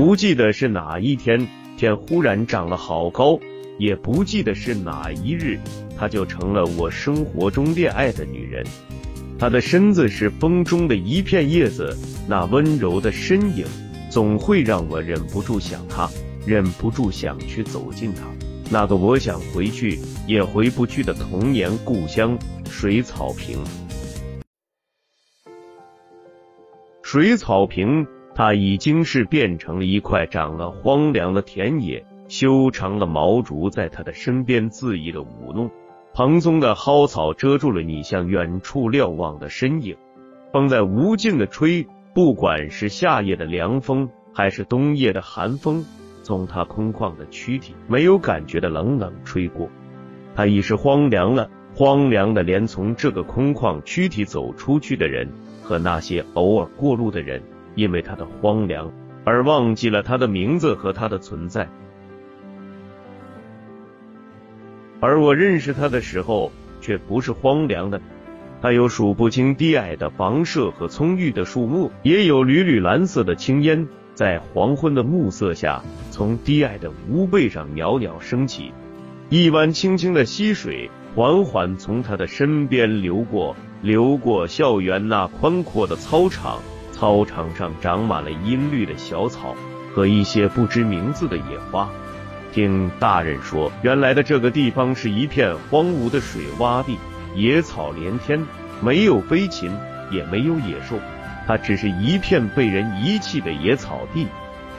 不记得是哪一天，天忽然长了好高，也不记得是哪一日，她就成了我生活中恋爱的女人。她的身子是风中的一片叶子，那温柔的身影总会让我忍不住想她，忍不住想去走近她，那个我想回去也回不去的童年故乡水草坪。水草坪它已经是变成了一块长了荒凉的田野，修长的毛竹在它的身边恣意的舞弄，蓬松的蒿草遮住了你向远处瞭望的身影。风在无尽的吹，不管是夏夜的凉风还是冬夜的寒风，从它空旷的躯体没有感觉的冷冷吹过。它已是荒凉了，荒凉的连从这个空旷躯体走出去的人和那些偶尔过路的人，因为它的荒凉而忘记了它的名字和它的存在。而我认识它的时候却不是荒凉的，它有数不清低矮的房舍和葱郁的树木，也有缕缕蓝色的青烟，在黄昏的暮色下从低矮的屋背上袅袅升起。一湾清清的溪水缓缓从他的身边流过校园那宽阔的操场，操场上长满了阴绿的小草和一些不知名字的野花。听大人说，原来的这个地方是一片荒芜的水洼地，野草连天，没有飞禽，也没有野兽，它只是一片被人遗弃的野草地。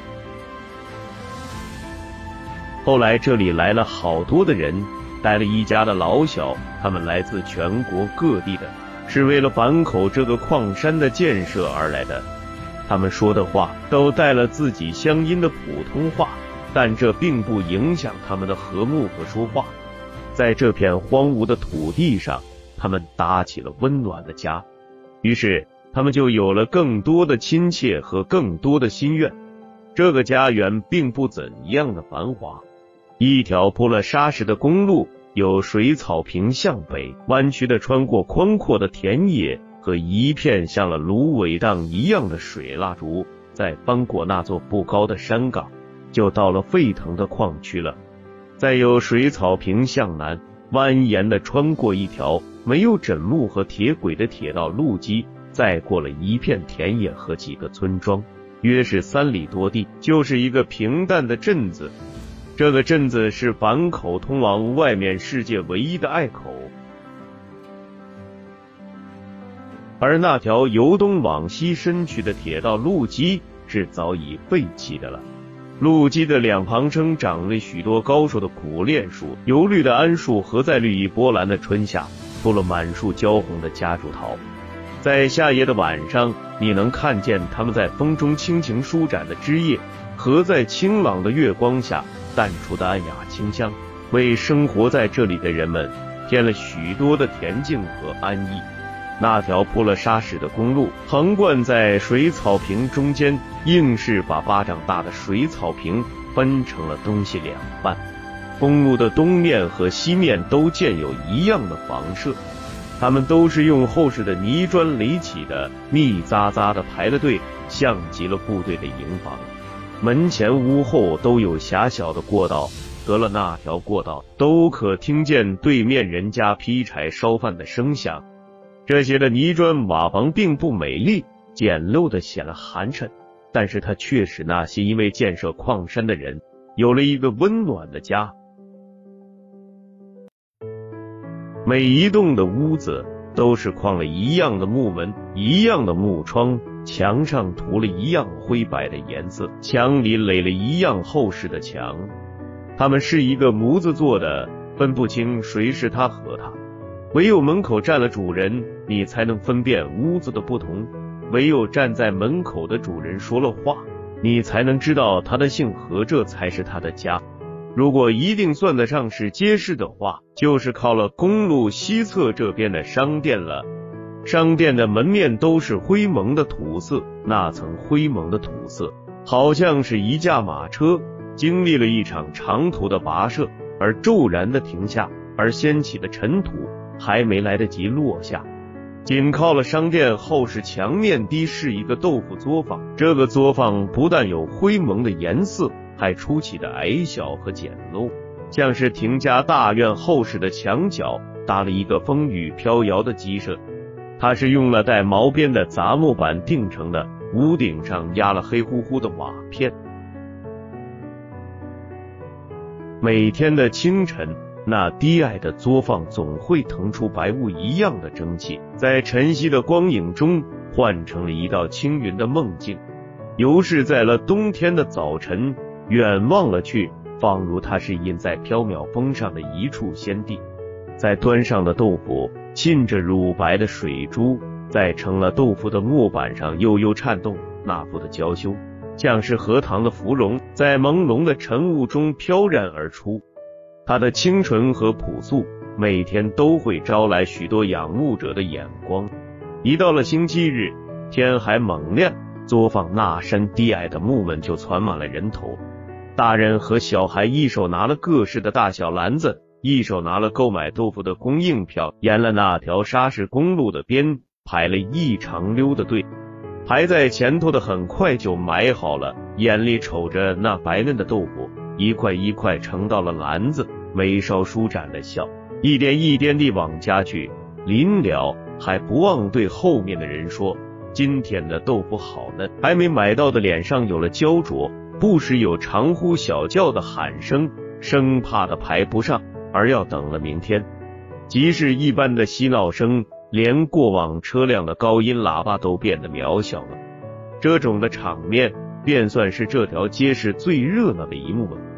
后来这里来了好多的人，带了一家的老小，他们来自全国各地的，是为了反口这个矿山的建设而来的。他们说的话都带了自己乡音的普通话，但这并不影响他们的和睦和说话。在这片荒芜的土地上，他们搭起了温暖的家，于是他们就有了更多的亲切和更多的心愿。这个家园并不怎样的繁华，一条铺了沙石的公路由水草坪向北弯曲的穿过宽阔的田野和一片像了芦苇荡一样的水蜡烛，再翻过那座不高的山岗，就到了沸腾的矿区了。再由水草坪向南蜿蜒的穿过一条没有枕木和铁轨的铁道路基，再过了一片田野和几个村庄，约是3里多地，就是一个平淡的镇子。这个镇子是反口通往外面世界唯一的隘口，而那条由东往西伸去的铁道路基是早已废弃的了。路基的两旁生长了许多高硕的苦楝树，油绿的桉树和在绿意波澜的春夏出了满树焦红的夹竹桃。在夏夜的晚上，你能看见它们在风中轻轻舒展的枝叶和在清朗的月光下淡出的暗雅清香，为生活在这里的人们添了许多的恬静和安逸。那条铺了沙石的公路横贯在水草坪中间，硬是把巴掌大的水草坪分成了东西两半。公路的东面和西面都建有一样的房舍，它们都是用厚实的泥砖垒起的，密匝匝的排了队，像极了部队的营房。门前屋后都有狭小的过道，隔了那条过道都可听见对面人家劈柴烧饭的声响。这些的泥砖瓦房并不美丽，简陋的显了寒碜，但是它却使那些因为建设矿山的人有了一个温暖的家。每一栋的屋子都是框了一样的木门，一样的木窗，墙上涂了一样灰白的颜色，墙里垒了一样厚实的墙。它们是一个模子做的，分不清谁是他和他。唯有门口站了主人，你才能分辨屋子的不同；唯有站在门口的主人说了话，你才能知道他的姓何，这才是他的家。如果一定算得上是街市的话，就是靠了公路西侧这边的商店了。商店的门面都是灰蒙的土色，那层灰蒙的土色好像是一架马车经历了一场长途的跋涉而骤然的停下，而掀起的尘土还没来得及落下， 紧靠了商店后室墙面的是一个豆腐作坊，这个作坊不但有灰蒙的颜色，还出奇的矮小和简陋，像是庭家大院后室的墙角搭了一个风雨飘摇的鸡舍。它是用了带毛边的杂木板钉成的，屋顶上压了黑乎乎的瓦片。每天的清晨，那低矮的作坊总会腾出白雾一样的蒸汽，在晨曦的光影中换成了一道轻云的梦境。犹是在了冬天的早晨，远望了去，仿如它是印在飘渺风上的一处仙地。在端上的豆腐浸着乳白的水珠，在盛了豆腐的木板上悠悠颤动，那副的娇羞像是荷塘的芙蓉，在朦胧的晨雾中飘然而出。它的清纯和朴素每天都会招来许多仰慕者的眼光。一到了星期日，天还猛亮，作坊那山低矮的木门就攒满了人头，大人和小孩一手拿了各式的大小篮子，一手拿了购买豆腐的供应票，沿了那条沙石公路的边排了一长溜的队。排在前头的很快就买好了，眼里瞅着那白嫩的豆腐一块一块盛到了篮子，眉梢舒展的笑，一颠一颠地往家去。临了还不忘对后面的人说，今天的豆腐好嫩。还没买到的脸上有了焦灼，不时有长呼小叫的喊声，生怕的排不上，而要等了明天。集市一般的嬉闹声，连过往车辆的高音喇叭都变得渺小了。这种的场面便算是这条街市最热闹的一幕了。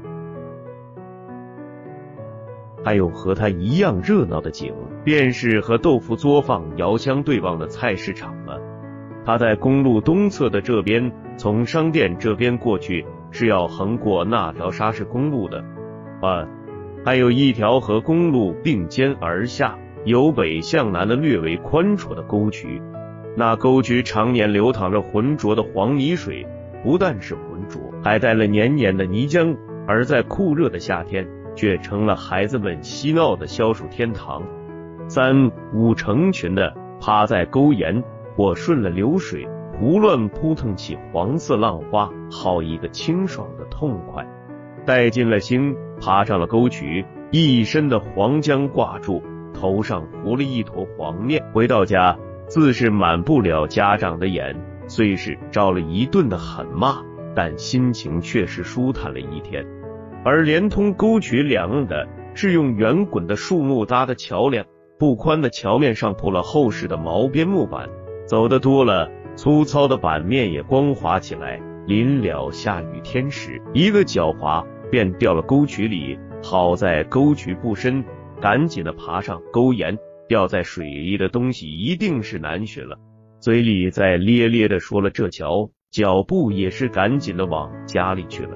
还有和它一样热闹的景，便是和豆腐作坊遥相对望的菜市场了。它在公路东侧的这边，从商店这边过去是要横过那条沙石公路的。还有一条和公路并肩而下，由北向南的略为宽绰的沟渠。那沟渠常年流淌着浑浊的黄泥水，不但是浑浊，还带了黏黏的泥浆，而在酷热的夏天却成了孩子们嬉闹的消暑天堂。三五成群的趴在沟沿，或顺了流水胡乱扑腾起黄色浪花，好一个清爽的痛快。带进了星，爬上了沟渠，一身的黄浆挂住，头上糊了一坨黄面。回到家，自是满不了家长的眼，虽是招了一顿的狠骂，但心情却是舒坦了一天。而连通沟渠两岸的是用圆滚的树木搭的桥梁，不宽的桥面上铺了厚实的毛边木板，走得多了，粗糙的板面也光滑起来。临了下雨天时，一个脚滑便掉了沟渠里，好在沟渠不深，赶紧的爬上沟沿，掉在水里的东西一定是难寻了。嘴里再咧咧的说了这桥，脚步也是赶紧的往家里去了。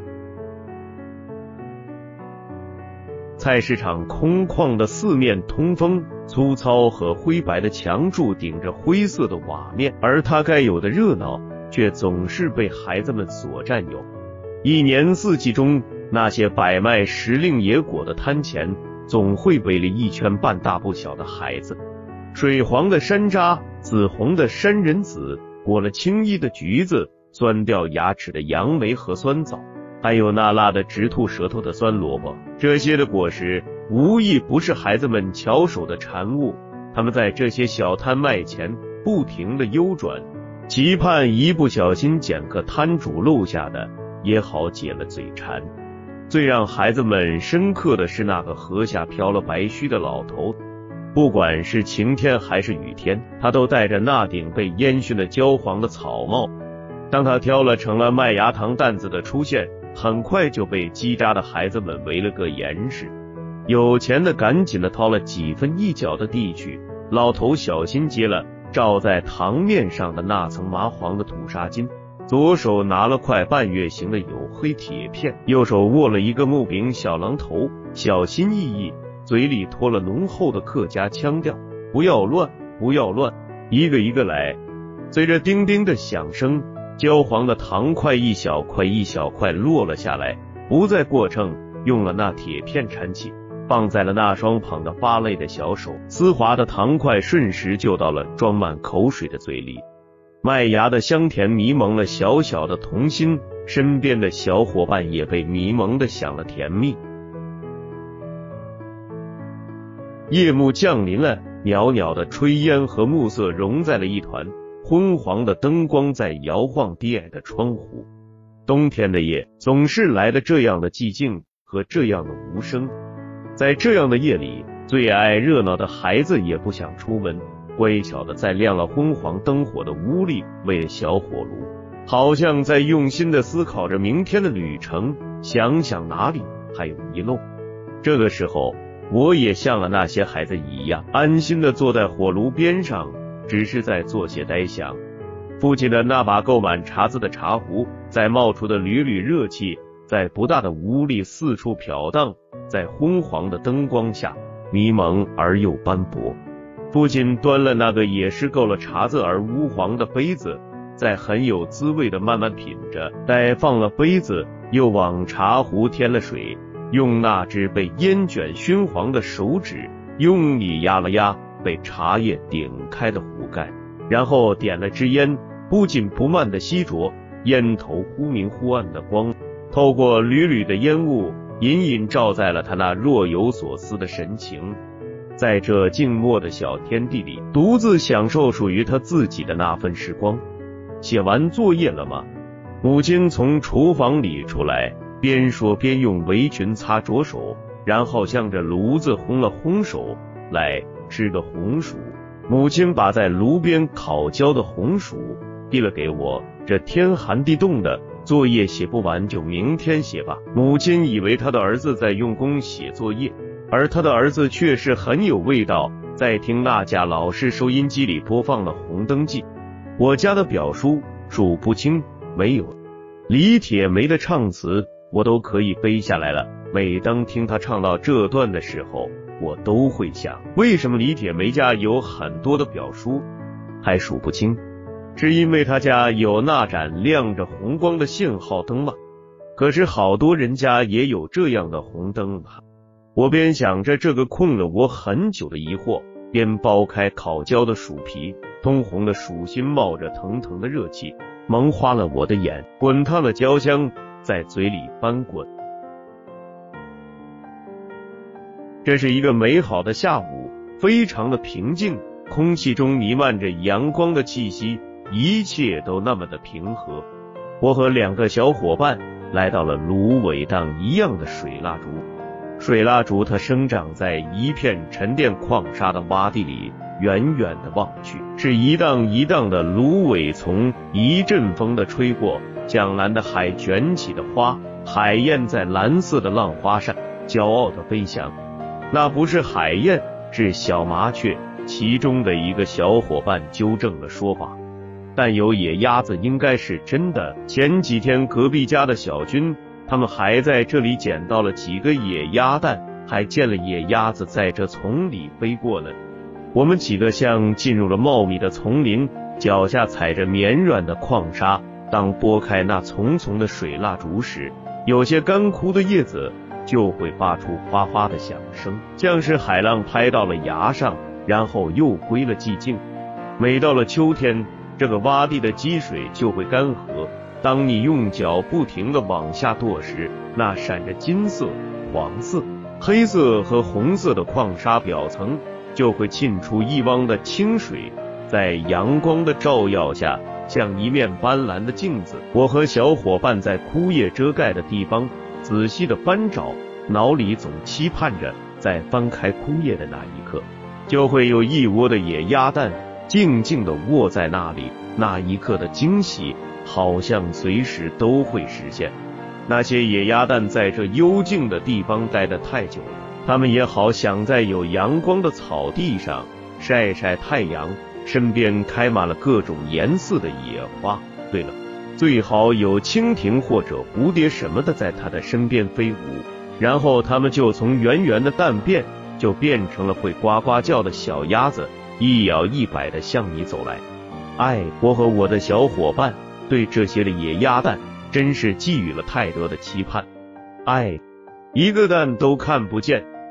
菜市场空旷的四面通风，粗糙和灰白的墙柱顶着灰色的瓦面，而它该有的热闹却总是被孩子们所占有。一年四季中，那些摆卖时令野果的摊前总会围了一圈半大不小的孩子，水黄的山楂，紫红的山仁子，裹了青衣的橘子，酸掉牙齿的杨梅和酸枣，还有那辣的直吐舌头的酸萝卜。这些的果实无一不是孩子们巧手的产物，他们在这些小摊卖前不停地悠转，期盼一不小心捡个摊主漏下的，也好解了嘴馋。最让孩子们深刻的是那个河下飘了白须的老头，不管是晴天还是雨天，他都戴着那顶被烟熏的焦黄的草帽。当他挑了成了麦芽糖担子的出现，很快就被叽喳的孩子们围了个严实。有钱的赶紧的掏了几分一角的地去，老头小心接了罩在糖面上的那层麻黄的土沙巾，左手拿了块半月形的黝黑铁片，右手握了一个木柄小榔头，小心翼翼，嘴里拖了浓厚的客家腔调，不要乱，不要乱，一个一个来。随着叮叮的响声，焦黄的糖块一小块一小块落了下来，不再过秤，用了那铁片缠起， 放在了那双捧得发累的小手，丝滑的糖块瞬时就到了装满口水的嘴里，麦芽的香甜迷蒙了小小的童心，身边的小伙伴也被迷蒙的享了甜蜜。夜幕降临了，袅袅的炊烟和暮色融在了一团，昏黄的灯光在摇晃低矮的窗户。冬天的夜总是来的这样的寂静和这样的无声，在这样的夜里，最爱热闹的孩子也不想出门，乖巧的在亮了昏黄灯火的屋里喂了小火炉，好像在用心的思考着明天的旅程，想想哪里还有遗漏。这个时候，我也像了那些孩子一样，安心的坐在火炉边上，只是在做些呆想。父亲的那把够满茶渍的茶壶，在冒出的缕缕热气，在不大的屋里四处飘荡，在昏黄的灯光下，迷蒙而又斑驳。父亲端了那个也是够了茶渍而乌黄的杯子，在很有滋味的慢慢品着，待放了杯子，又往茶壶添了水，用那只被烟卷熏黄的手指用力压了压被茶叶顶开的壶盖，然后点了支烟，不紧不慢地吸着，烟头忽明忽暗的光透过缕缕的烟雾，隐隐照在了他那若有所思的神情，在这静默的小天地里，独自享受属于他自己的那份时光。写完作业了吗？母亲从厨房里出来，边说边用围裙擦着手，然后向着炉子烘了烘手，来吃个红薯。母亲把在炉边烤焦的红薯递了给我，这天寒地冻的，作业写不完就明天写吧。母亲以为他的儿子在用功写作业，而他的儿子却是很有味道，在听那架老式收音机里播放了《红灯记》。我家的表叔数不清，没有李铁梅的唱词我都可以背下来了。每当听他唱到这段的时候，我都会想，为什么李铁梅家有很多的表叔还数不清？是因为他家有那盏亮着红光的信号灯吗？可是好多人家也有这样的红灯啊。我边想着这个困了我很久的疑惑，边剥开烤焦的薯皮，通红的薯心冒着腾腾的热气，蒙花了我的眼，滚烫的焦香在嘴里翻滚。这是一个美好的下午，非常的平静，空气中弥漫着阳光的气息，一切都那么的平和。我和两个小伙伴来到了芦苇荡一样的水蜡烛。水蜡烛它生长在一片沉淀矿沙的洼地里，远远的望去，是一荡一荡的芦苇丛，一阵风的吹过，江蓝的海卷起的花，海燕在蓝色的浪花上骄傲的飞翔。那不是海燕，是小麻雀。其中的一个小伙伴纠正了说法，但有野鸭子应该是真的。前几天隔壁家的小军他们还在这里捡到了几个野鸭蛋，还见了野鸭子在这丛里飞过呢。我们几个像进入了茂密的丛林，脚下踩着绵软的矿沙，当拨开那丛丛的水蜡烛时，有些干枯的叶子就会发出哗哗的响声，像是海浪拍到了崖上，然后又归了寂静。每到了秋天，这个洼地的积水就会干涸，当你用脚不停地往下跺时，那闪着金色、黄色、黑色和红色的矿沙表层就会沁出一汪的清水，在阳光的照耀下像一面斑斓的镜子。我和小伙伴在枯叶遮盖的地方仔细的翻找，脑里总期盼着在翻开枯叶的那一刻，就会有一窝的野鸭蛋静静地卧在那里，那一刻的惊喜好像随时都会实现。那些野鸭蛋在这幽静的地方待得太久了，它们也好想在有阳光的草地上晒晒太阳，身边开满了各种颜色的野花。对了，最好有蜻蜓或者蝴蝶什么的在它的身边飞舞，然后它们就从圆圆的蛋便就变成了会呱呱叫的小鸭子，一摇一摆地向你走来。我和我的小伙伴对这些的野鸭蛋真是寄予了太多的期盼。一个蛋都看不见，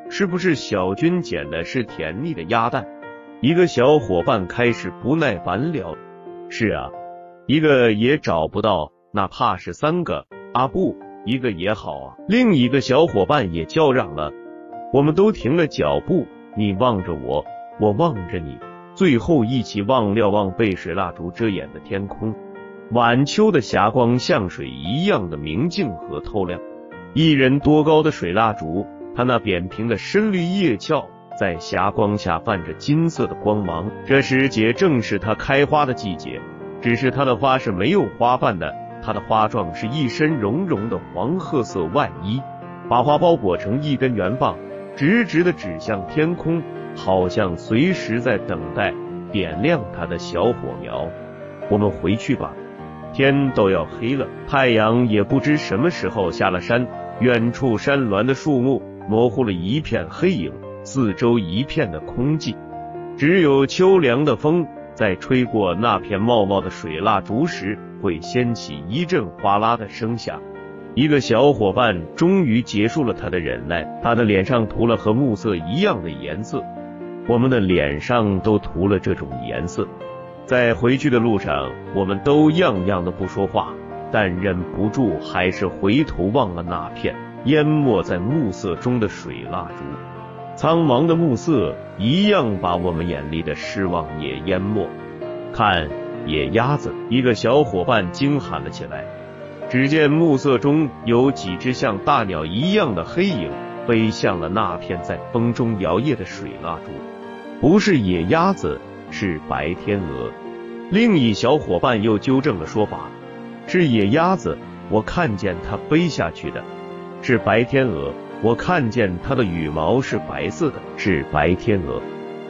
是不是小军捡的是甜腻的鸭蛋？一个小伙伴开始不耐烦了。是啊，一个也找不到，哪怕是3个啊，不，一个也好啊。另一个小伙伴也叫嚷了。我们都停了脚步，你望着我，我望着你，最后一起望了望被水蜡烛遮掩的天空。晚秋的霞光像水一样的明净和透亮。1人多高的水蜡烛，它那扁平的深绿叶鞘在霞光下泛着金色的光芒。这时节正是它开花的季节，只是它的花是没有花瓣的，它的花状是一身绒绒的黄褐色外衣，把花包裹成一根圆棒，直直地指向天空，好像随时在等待点亮它的小火苗。我们回去吧，天都要黑了，太阳也不知什么时候下了山。远处山峦的树木模糊了一片黑影，四周一片的空寂，只有秋凉的风在吹过那片茂茂的水蜡烛时，会掀起一阵哗啦的声响。一个小伙伴终于结束了他的忍耐，他的脸上涂了和暮色一样的颜色。我们的脸上都涂了这种颜色。在回去的路上，我们都样样的不说话，但忍不住还是回头望了那片淹没在暮色中的水蜡烛。苍茫的暮色一样把我们眼里的失望也淹没。看，野鸭子！一个小伙伴惊喊了起来。只见暮色中有几只像大鸟一样的黑影飞向了那片在风中摇曳的水蜡烛。不是野鸭子，是白天鹅。另一小伙伴又纠正了说法，是野鸭子，我看见它飞下去的。是白天鹅，我看见它的羽毛是白色的。是白天鹅。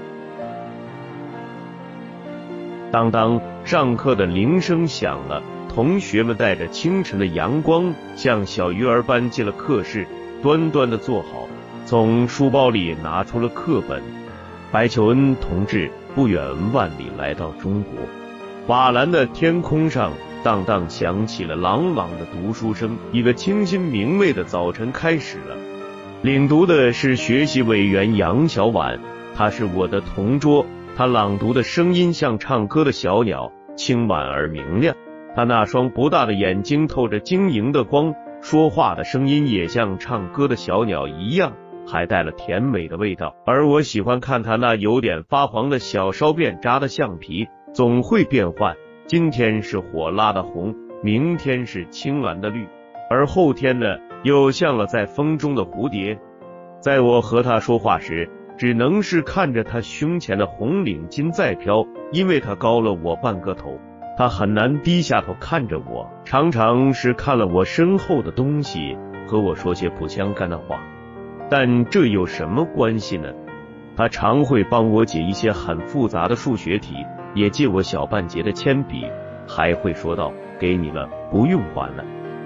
当当，上课的铃声响了，同学们带着清晨的阳光，像小鱼儿般进了课室，端端的坐好，从书包里拿出了课本。白求恩同志不远万里来到中国。瓦蓝的天空上荡荡响起了朗朗的读书声。一个清新明媚的早晨开始了。领读的是学习委员杨小婉，她是我的同桌，她朗读的声音像唱歌的小鸟，轻婉而明亮。她那双不大的眼睛透着晶莹的光，说话的声音也像唱歌的小鸟一样，还带了甜美的味道。而我喜欢看她那有点发黄的小烧变渣的橡皮，总会变换，今天是火辣的红，明天是青蓝的绿，而后天呢，又像了在风中的蝴蝶。在我和他说话时，只能是看着他胸前的红领巾在飘，因为他高了我半个头，他很难低下头看着我，常常是看了我身后的东西，和我说些不相干的话。但这有什么关系呢？他常会帮我解一些很复杂的数学题，也借我小半截的铅笔，还会说道：“给你了，不用还了。”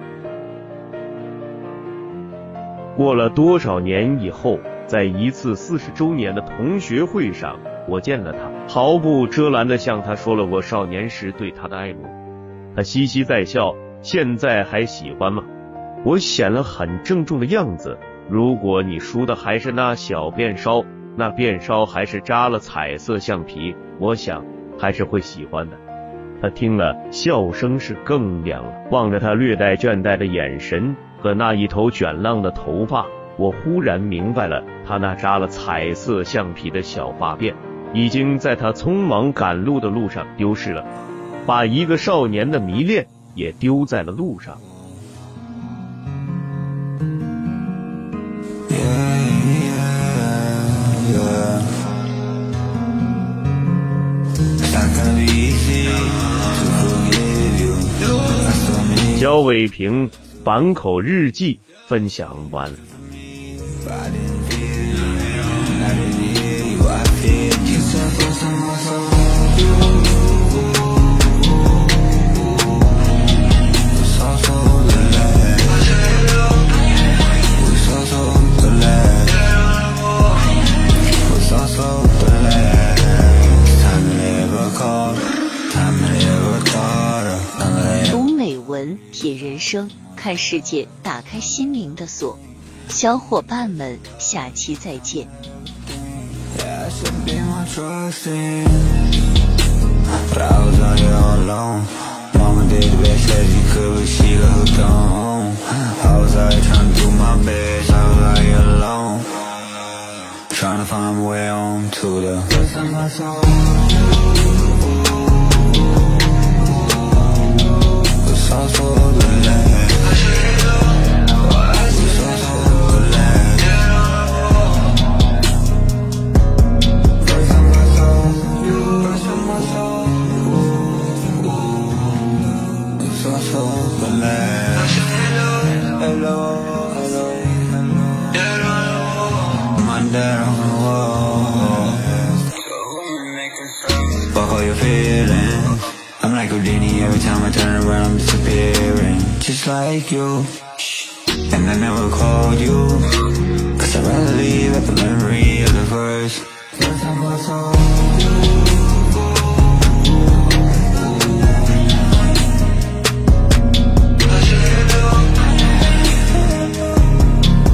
过了多少年以后，在一次40周年的同学会上，我见了他，毫不遮拦地向他说了我少年时对他的爱慕。他嘻嘻在笑，现在还喜欢吗？我显了很郑重的样子。如果你输的还是那小便烧，那便烧还是扎了彩色橡皮，我想还是会喜欢的。他听了，笑声是更亮了。望着他略带倦怠的眼神和那一头卷浪的头发，我忽然明白了，他那扎了彩色橡皮的小发辫已经在他匆忙赶路的路上丢失了，把一个少年的迷恋也丢在了路上。焦伟平反口日记分享完了。 读美文，品人生，看世界，打开心灵的锁。 小伙伴们，下期再见。 Mama did the best that she could, but she got hooked on. I was out here trying to do my best, I was out here alone, trying to find my way home to the first time I saw the sauce for the land. The sauce for the land. First time I saw you, first time I saw sauce of the land. Hello, hello, hello. My dad on the wall. Fuck all your feelings. I'm like Houdini, every time I turn around I'm disappearing. Just like you. And I never called you, cause I'd rather leave at the memory of the first time I saw you.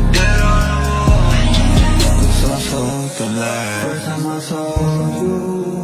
First time I saw you.